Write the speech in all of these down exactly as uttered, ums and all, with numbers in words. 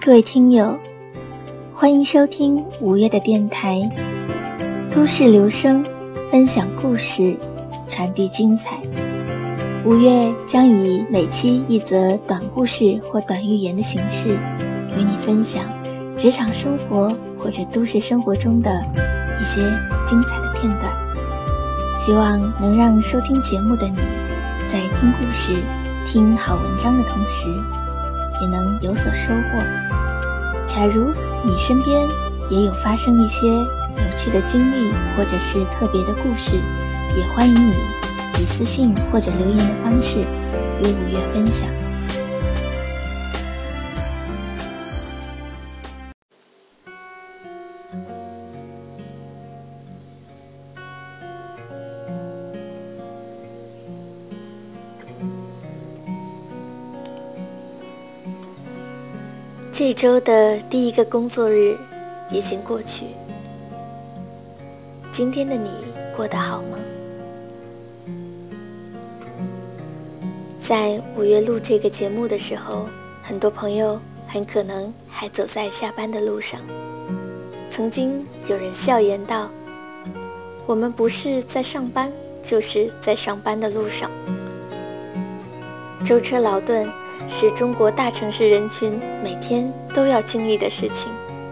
各位听友，欢迎收听五月的电台，都市留声，分享故事，传递精彩。五月将以每期一则短故事或短寓言的形式，与你分享职场生活或者都市生活中的一些精彩的片段，希望能让收听节目的你在听故事、听好文章的同时，也能有所收获。假如你身边也有发生一些有趣的经历或者是特别的故事，也欢迎你以私信或者留言的方式与五月分享。这周的第一个工作日已经过去，今天的你过得好吗？在五月录这个节目的时候，很多朋友很可能还走在下班的路上。曾经有人笑言道，我们不是在上班，就是在上班的路上。舟车劳顿是中国大城市人群每天都要经历的事情。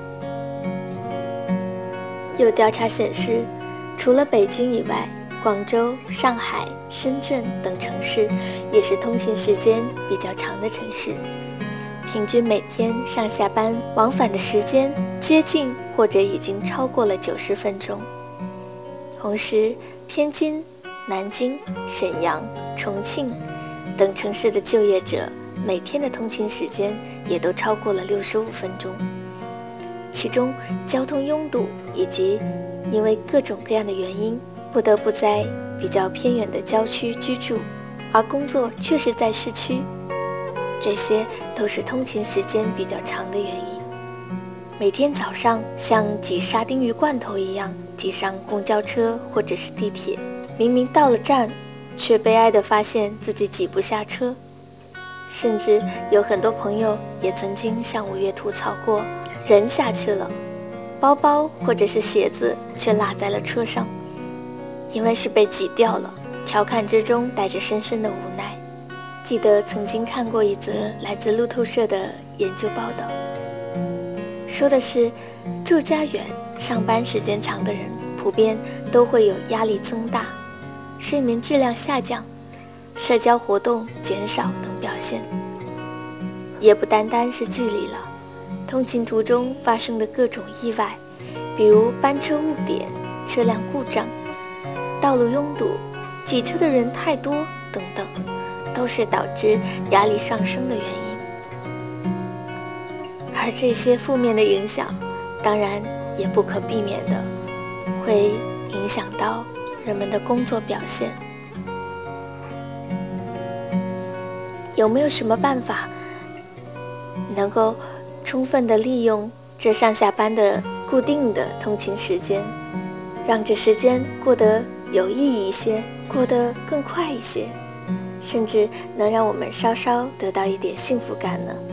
有调查显示，除了北京以外，广州、上海、深圳等城市也是通勤时间比较长的城市，平均每天上下班往返的时间接近或者已经超过了九十分钟。同时，天津、南京、沈阳、重庆等城市的就业者每天的通勤时间也都超过了六十五分钟，其中交通拥堵以及因为各种各样的原因不得不在比较偏远的郊区居住，而工作却是在市区，这些都是通勤时间比较长的原因。每天早上像挤沙丁鱼罐头一样挤上公交车或者是地铁，明明到了站，却悲哀地发现自己挤不下车。甚至有很多朋友也曾经向五月吐槽过，人下去了，包包或者是鞋子却落在了车上，因为是被挤掉了，调侃之中带着深深的无奈。记得曾经看过一则来自路透社的研究报道，说的是住家远、上班时间长的人普遍都会有压力增大、睡眠质量下降、社交活动减少等表现。也不单单是距离了，通勤途中发生的各种意外，比如班车误点、车辆故障、道路拥堵、挤车的人太多等等，都是导致压力上升的原因。而这些负面的影响当然也不可避免的会影响到人们的工作表现。有没有什么办法能够充分地利用这上下班的固定的通勤时间，让这时间过得有意义一些，过得更快一些，甚至能让我们稍稍得到一点幸福感呢？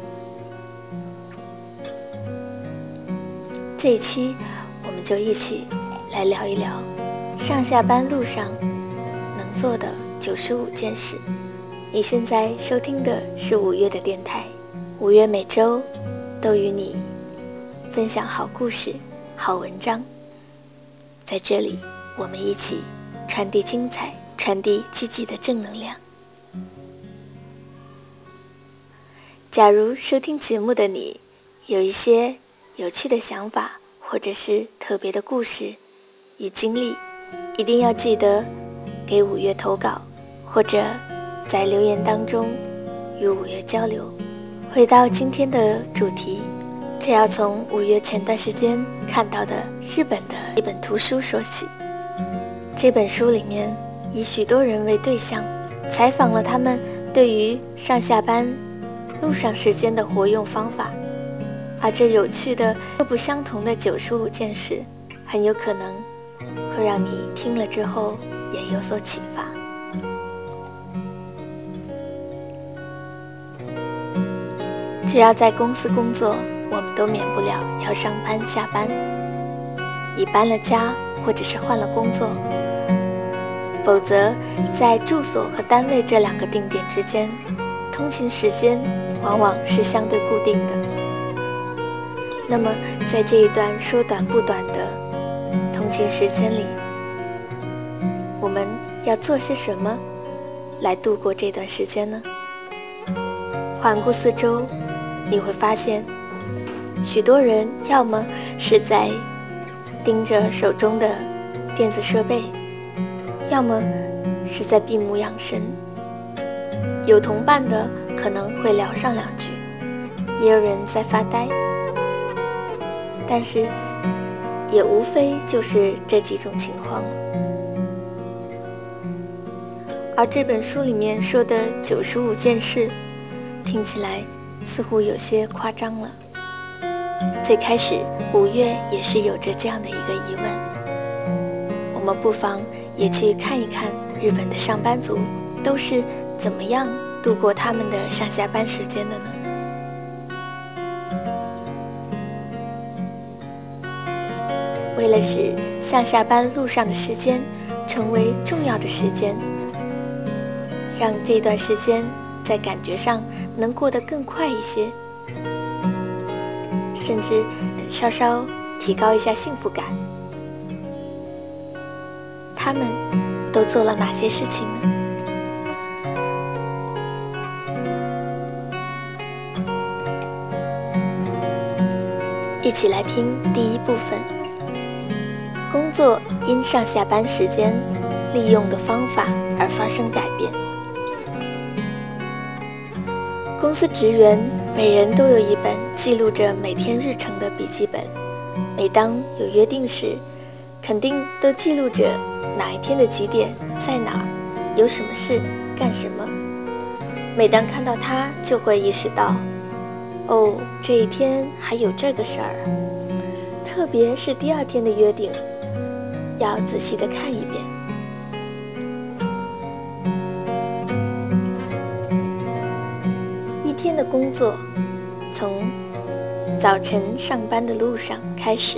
这一期我们就一起来聊一聊上下班路上能做的九十五件事。你现在收听的是五月的电台，五月每周都与你分享好故事、好文章，在这里我们一起传递精彩，传递积极的正能量。假如收听节目的你有一些有趣的想法或者是特别的故事与经历，一定要记得给五月投稿，或者在留言当中与五月交流。回到今天的主题，这要从五月前段时间看到的日本的一本图书说起。这本书里面以许多人为对象，采访了他们对于上下班路上时间的活用方法，而这有趣的各不相同的九十五件事，很有可能会让你听了之后也有所启发。 只要在公司工作，我们都免不了要上班下班。你搬了家，或者是换了工作，否则在住所和单位这两个定点之间，通勤时间往往是相对固定的。那么在这一段说短不短的通勤时间里，我们要做些什么来度过这段时间呢？环顾四周，你会发现许多人要么是在盯着手中的电子设备，要么是在闭目养神。有同伴的可能会聊上两句，也有人在发呆，但是也无非就是这几种情况了。而这本书里面说的九十五件事，听起来似乎有些夸张了。最开始五月也是有着这样的一个疑问，我们不妨也去看一看日本的上班族都是怎么样度过他们的上下班时间的呢？为了使上下班路上的时间成为重要的时间，让这段时间在感觉上能过得更快一些，甚至稍稍提高一下幸福感，他们都做了哪些事情呢？一起来听第一部分，工作因上下班时间利用的方法而发生改变。公司职员每人都有一本记录着每天日程的笔记本，每当有约定时，肯定都记录着哪一天的几点在哪儿，有什么事干什么。每当看到它，就会意识到，哦，这一天还有这个事儿，特别是第二天的约定，要仔细的看一遍。一天的工作从早晨上班的路上开始。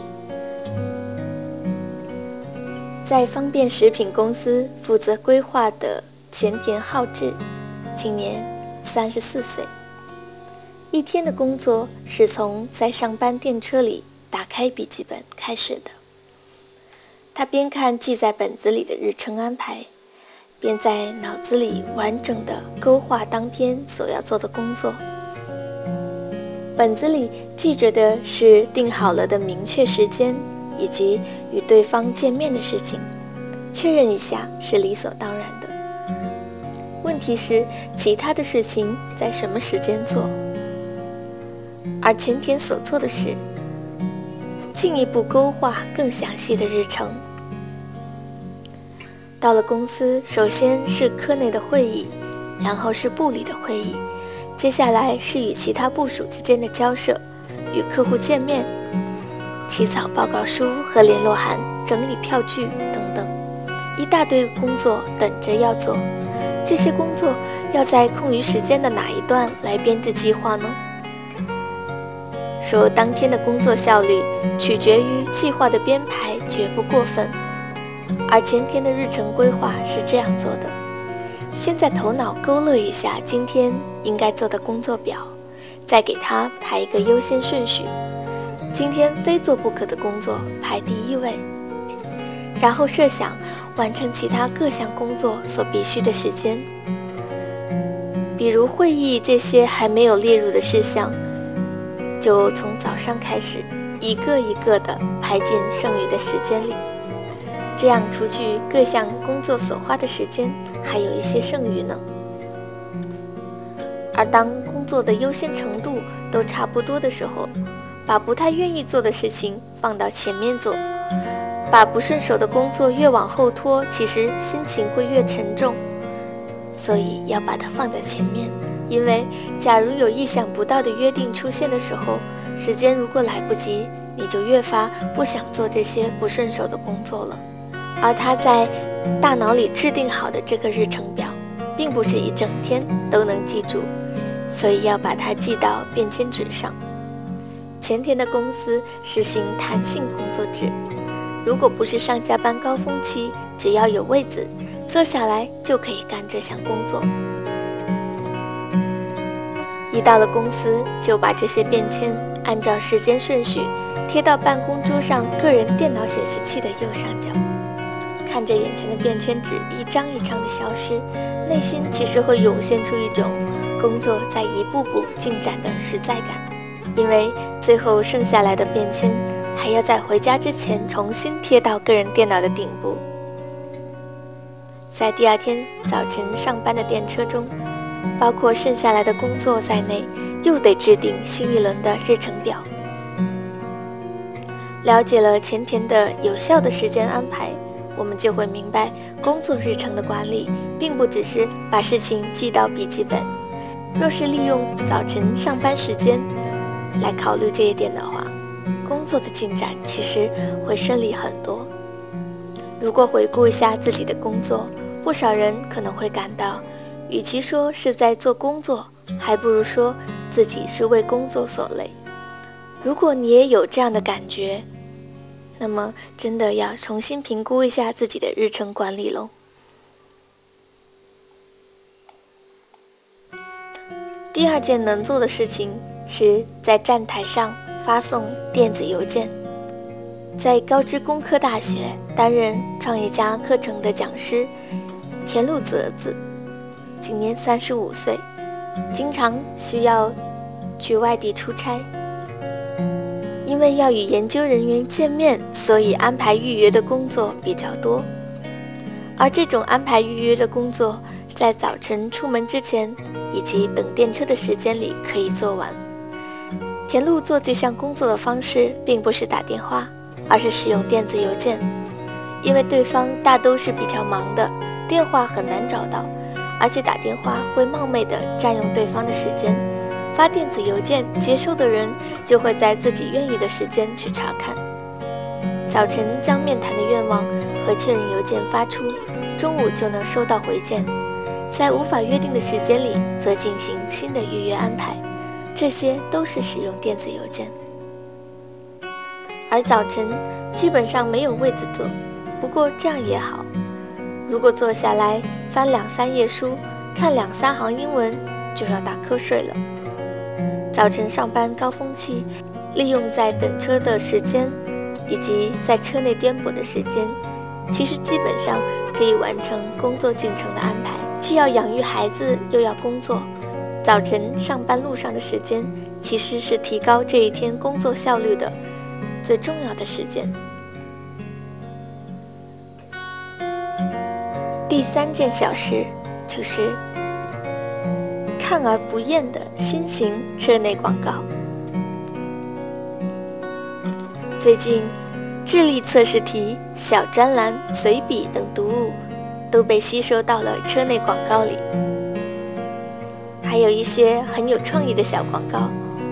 在方便食品公司负责规划的前田浩志，今年三十四岁。一天的工作是从在上班电车里打开笔记本开始的。他边看记在本子里的日程安排，便在脑子里完整的勾画当天所要做的工作。本子里记着的是定好了的明确时间，以及与对方见面的事情，确认一下是理所当然的。问题是，其他的事情在什么时间做？而前田所做的是进一步勾画更详细的日程。到了公司，首先是科内的会议，然后是部里的会议，接下来是与其他部属之间的交涉，与客户见面，起草报告书和联络函，整理票据等等，一大堆工作等着要做。这些工作要在空余时间的哪一段来编制计划呢？说当天的工作效率取决于计划的编排，绝不过分。而前天的日程规划是这样做的：先在头脑勾勒一下今天应该做的工作表，再给它排一个优先顺序，今天非做不可的工作排第一位，然后设想完成其他各项工作所必须的时间，比如会议这些还没有列入的事项，就从早上开始一个一个地排进剩余的时间里，这样除去各项工作所花的时间，还有一些剩余呢。而当工作的优先程度都差不多的时候，把不太愿意做的事情放到前面做，把不顺手的工作越往后拖，其实心情会越沉重，所以要把它放在前面。因为假如有意想不到的约定出现的时候，时间如果来不及，你就越发不想做这些不顺手的工作了。而他在大脑里制定好的这个日程表，并不是一整天都能记住， 所以要把它记到便签纸上。前田的公司实行弹性工作制，如果不是上下班高峰期，只要有位子，坐下来就可以干这项工作。一到了公司，就把这些便签按照时间顺序贴到办公桌上个人电脑显示器的右上角。看着眼前的便签纸一张一张的消失，内心其实会涌现出一种工作在一步步进展的实在感，因为最后剩下来的便签还要在回家之前重新贴到个人电脑的顶部。在第二天早晨上班的电车中，包括剩下来的工作在内，又得制定新一轮的日程表。了解了前田的有效的时间安排，我们就会明白，工作日程的管理并不只是把事情记到笔记本。若是利用早晨上班时间来考虑这一点的话，工作的进展其实会顺利很多。如果回顾一下自己的工作，不少人可能会感到，与其说是在做工作，还不如说自己是为工作所累。如果你也有这样的感觉，那么真的要重新评估一下自己的日程管理喽。第二件能做的事情是在站台上发送电子邮件。在高知工科大学担任创业家课程的讲师田路泽子，今年三十五岁，经常需要去外地出差。因为要与研究人员见面，所以安排预约的工作比较多。而这种安排预约的工作，在早晨出门之前以及等电车的时间里可以做完。田路做这项工作的方式并不是打电话，而是使用电子邮件。因为对方大都是比较忙的，电话很难找到，而且打电话会冒昧地占用对方的时间。发电子邮件，接收的人就会在自己愿意的时间去查看。早晨将面谈的愿望和确认邮件发出，中午就能收到回件。在无法约定的时间里，则进行新的预约安排。这些都是使用电子邮件。而早晨基本上没有位子坐，不过这样也好。如果坐下来翻两三页书，看两三行英文，就要打瞌睡了。早晨上班高峰期，利用在等车的时间以及在车内颠簸的时间，其实基本上可以完成工作进程的安排，既要养育孩子又要工作。早晨上班路上的时间其实是提高这一天工作效率的最重要的时间。第三件小事就是看而不厌的新型车内广告。最近，智力测试题、小专栏、随笔等读物都被吸收到了车内广告里，还有一些很有创意的小广告，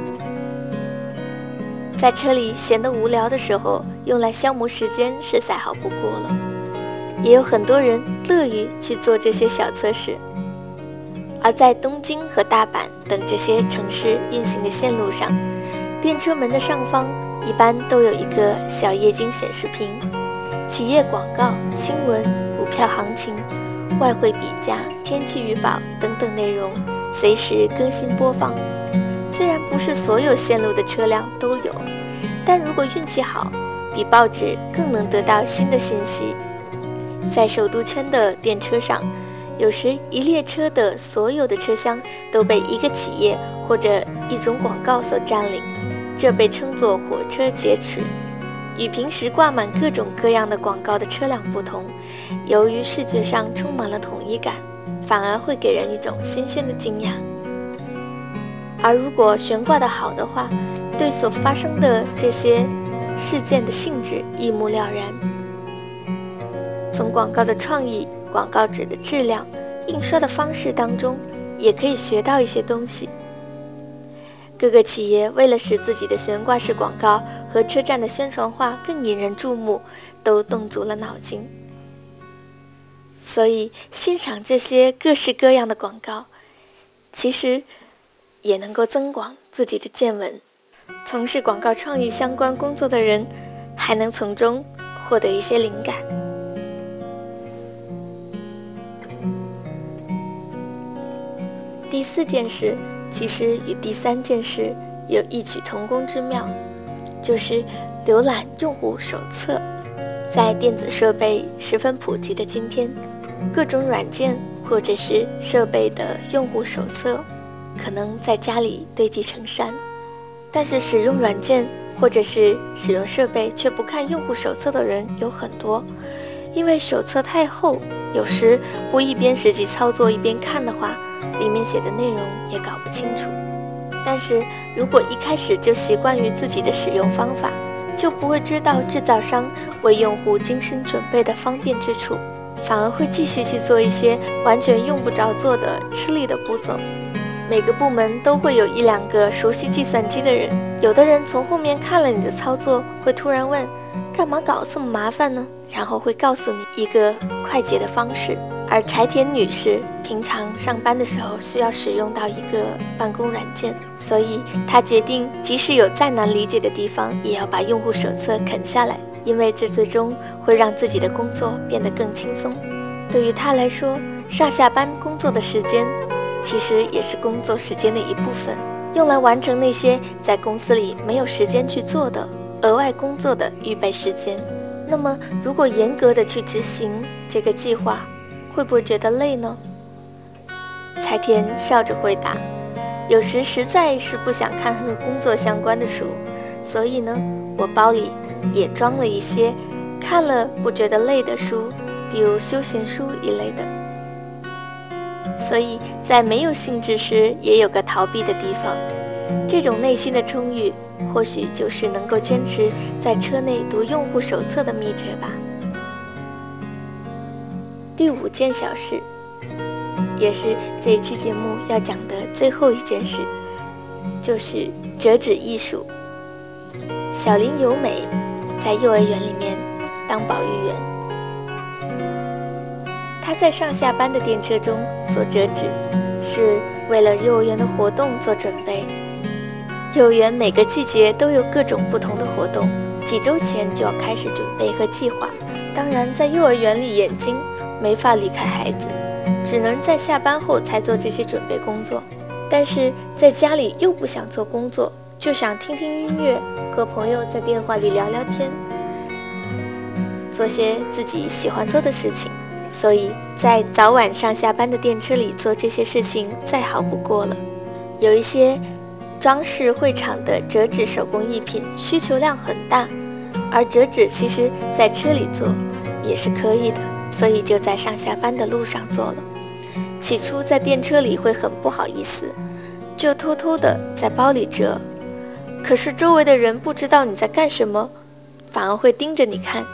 在车里闲得无聊的时候，用来消磨时间是再好不过了。也有很多人乐于去做这些小测试。而在东京和大阪等这些城市运行的线路上，电车门的上方一般都有一个小液晶显示屏，企业广告、新闻、股票行情、外汇比价、天气预报等等内容随时更新播放。虽然不是所有线路的车辆都有，但如果运气好，比报纸更能得到新的信息。在首都圈的电车上，有时一列车的所有的车厢都被一个企业或者一种广告所占领，这被称作火车劫持。与平时挂满各种各样的广告的车辆不同，由于视觉上充满了统一感，反而会给人一种新鲜的惊讶。而如果悬挂得好的话，对所发生的这些事件的性质一目了然。从广告的创意、广告纸的质量、印刷的方式当中，也可以学到一些东西。各个企业为了使自己的悬挂式广告和车站的宣传画更引人注目，都动足了脑筋。所以欣赏这些各式各样的广告，其实也能够增广自己的见闻。从事广告创意相关工作的人，还能从中获得一些灵感。第四件事其实与第三件事有异曲同工之妙，就是浏览用户手册。在电子设备十分普及的今天，各种软件或者是设备的用户手册可能在家里堆积成山，但是使用软件或者是使用设备却不看用户手册的人有很多，因为手册太厚，有时不一边实际操作一边看的话，里面写的内容也搞不清楚。但是如果一开始就习惯于自己的使用方法，就不会知道制造商为用户精心准备的方便之处，反而会继续去做一些完全用不着做的吃力的步骤。每个部门都会有一两个熟悉计算机的人，有的人从后面看了你的操作，会突然问干嘛搞这么麻烦呢？然后会告诉你一个快捷的方式。而柴田女士平常上班的时候需要使用到一个办公软件，所以她决定即使有再难理解的地方，也要把用户手册啃下来，因为这最终会让自己的工作变得更轻松。对于她来说，上下班工作的时间其实也是工作时间的一部分，用来完成那些在公司里没有时间去做的额外工作的预备时间。那么如果严格的去执行这个计划，会不会觉得累呢？柴田笑着回答，有时实在是不想看和工作相关的书，所以呢，我包里也装了一些看了不觉得累的书，比如休闲书一类的。所以在没有兴致时也有个逃避的地方，这种内心的充裕或许就是能够坚持在车内读用户手册的秘诀吧。第五件小事，也是这一期节目要讲的最后一件事，就是折纸艺术。小林由美在幼儿园里面当保育员，她在上下班的电车中做折纸，是为了幼儿园的活动做准备。幼儿园每个季节都有各种不同的活动，几周前就要开始准备和计划。当然，在幼儿园里眼睛没法离开孩子，只能在下班后才做这些准备工作。但是在家里又不想做工作，就想听听音乐，和朋友在电话里聊聊天，做些自己喜欢做的事情。所以在早晚上下班的电车里做这些事情再好不过了。有一些装饰会场的折纸手工艺品需求量很大，而折纸其实在车里做也是可以的，所以就在上下班的路上做了。起初在电车里会很不好意思，就偷偷的在包里折，可是周围的人不知道你在干什么，反而会盯着你看，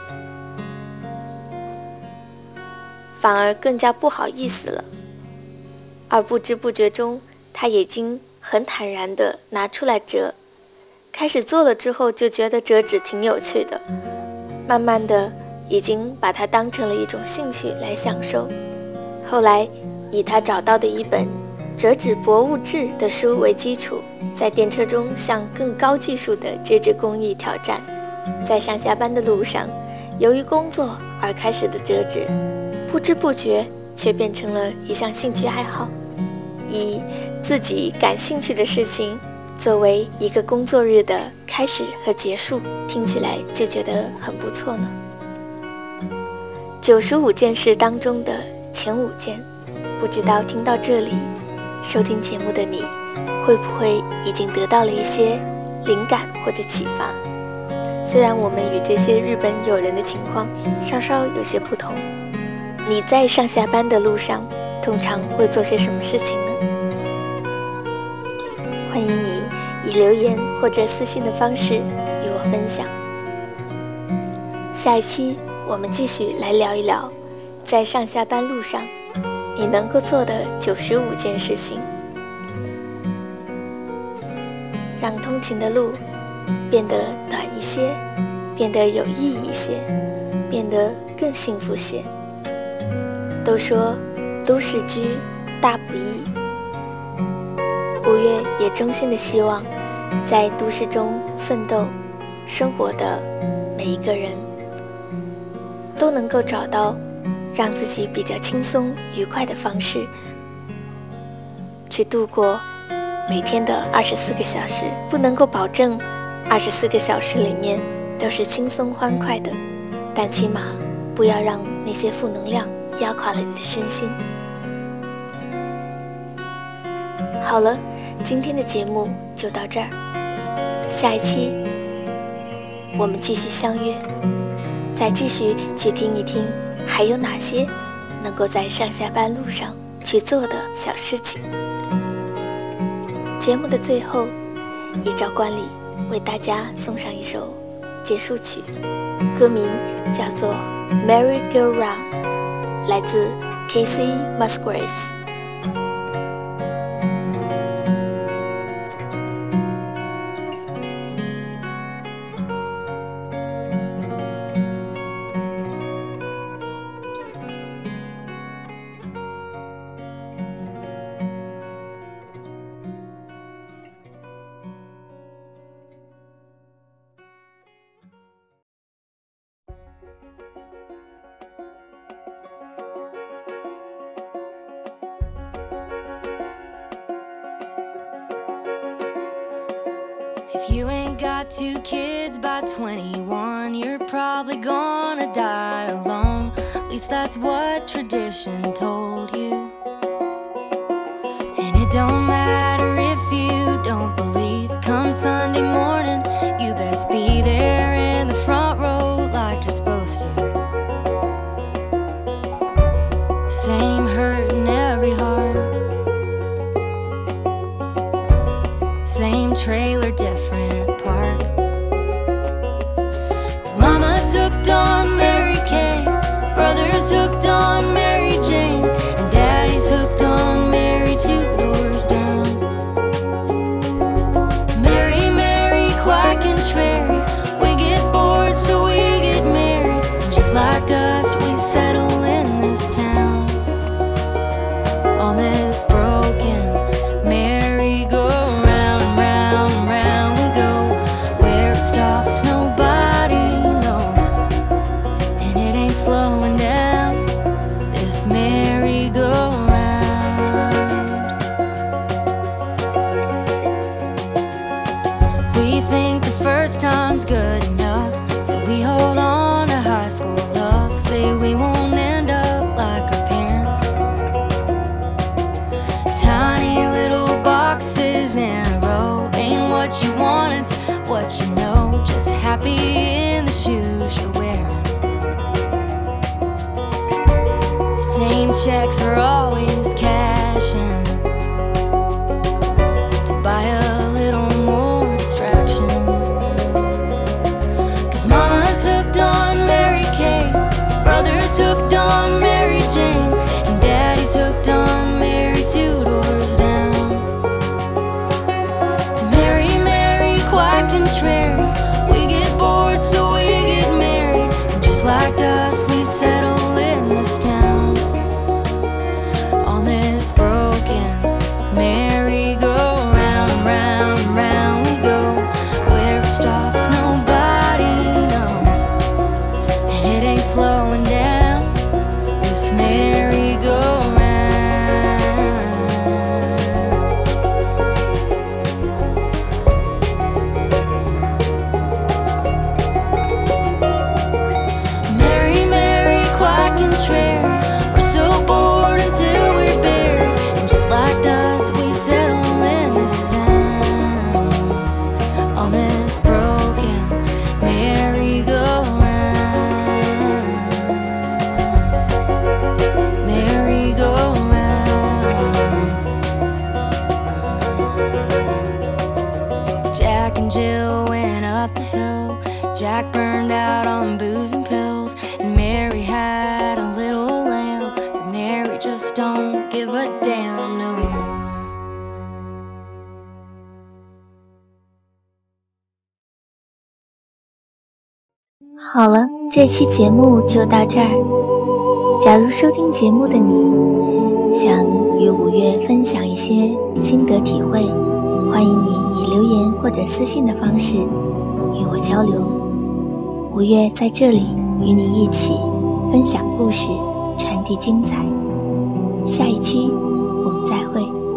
反而更加不好意思了。而不知不觉中，他已经很坦然地拿出来折，开始做了之后就觉得折纸挺有趣的，慢慢的已经把它当成了一种兴趣来享受。后来以他找到的一本折纸博物志的书为基础，在电车中向更高技术的折纸工艺挑战。在上下班的路上，由于工作而开始的折纸，不知不觉却变成了一项兴趣爱好，以自己感兴趣的事情作为一个工作日的开始和结束，听起来就觉得很不错呢。九十五件事当中的前五件，不知道听到这里收听节目的你，会不会已经得到了一些灵感或者启发？虽然我们与这些日本友人的情况稍稍有些不同，你在上下班的路上通常会做些什么事情呢？欢迎你以留言或者私信的方式与我分享。下一期我们继续来聊一聊，在上下班路上你能够做的九十五件事情，让通勤的路变得短一些，变得有意义一些，变得更幸福些。都说都市居大不易，无月也衷心的希望，在都市中奋斗生活的每一个人，都能够找到让自己比较轻松愉快的方式，去度过每天的二十四个小时。不能够保证二十四个小时里面都是轻松欢快的，但起码不要让那些负能量压垮了你的身心。好了，今天的节目就到这儿，下一期我们继续相约，再继续去听一听还有哪些能够在上下班路上去做的小事情。节目的最后，依照惯例为大家送上一首结束曲，歌名叫做 Merry Go Round， 来自 Casey Musgraves。If you ain't got two kids by twenty-one, you're probably gonna die alone. At least that's what tradition told you. And it don't matter if you don't believe. Come Sunday morning, you best be there in the front row like you're supposed to. Same hurt in every heart, same trailer, different park. Mama's hooked on Mary Kay, brother's hooked on Mary Jane, and daddy's hooked on Mary two doors down. Mary, Mary, quack and Sherry, we get bored so we get married, and just like dust we settle in this town, on this broken merry-go-round. Round and round we go, where it stops nobody knows, and it ain't slowing down, this merry-go-round. We think the first time's good enough, so we hold on to high school love, say we won't end up like our parents, tiny little boxes in a row. Ain't what you want, it's what you know, just happy in the shoes you're wearing. Same checks are always cashing to buy a little more distraction. Cause mama's hooked on Mary Kay, brother's hooked on Mary Jane, and daddy's hooked on Mary two doors down. Mary, Mary, quack and Sherry, we get bored so we get married, and just like dust we settle in this town, on this broken merry-go-round. Round and round we go, where it stops nobody knows, and it ain't slowing down, this merry-go-round. Mary, Mary, quack and Sherry, we're so bored until we're buried, and just like dust we settle in this town, on this broken merry-go-round. Merry-go-round. Jack and Jill went up the hill, Jack burned out on booze and pills, and Mary had a little lamb, but Mary just don't give a damn no more. 好了，这期节目就到这儿。假如收听节目的你想与五月分享一些心得体会， 欢迎你以留言或者私信的方式与我交流。五月在这里与你一起分享故事，传递精彩。下一期我们再会。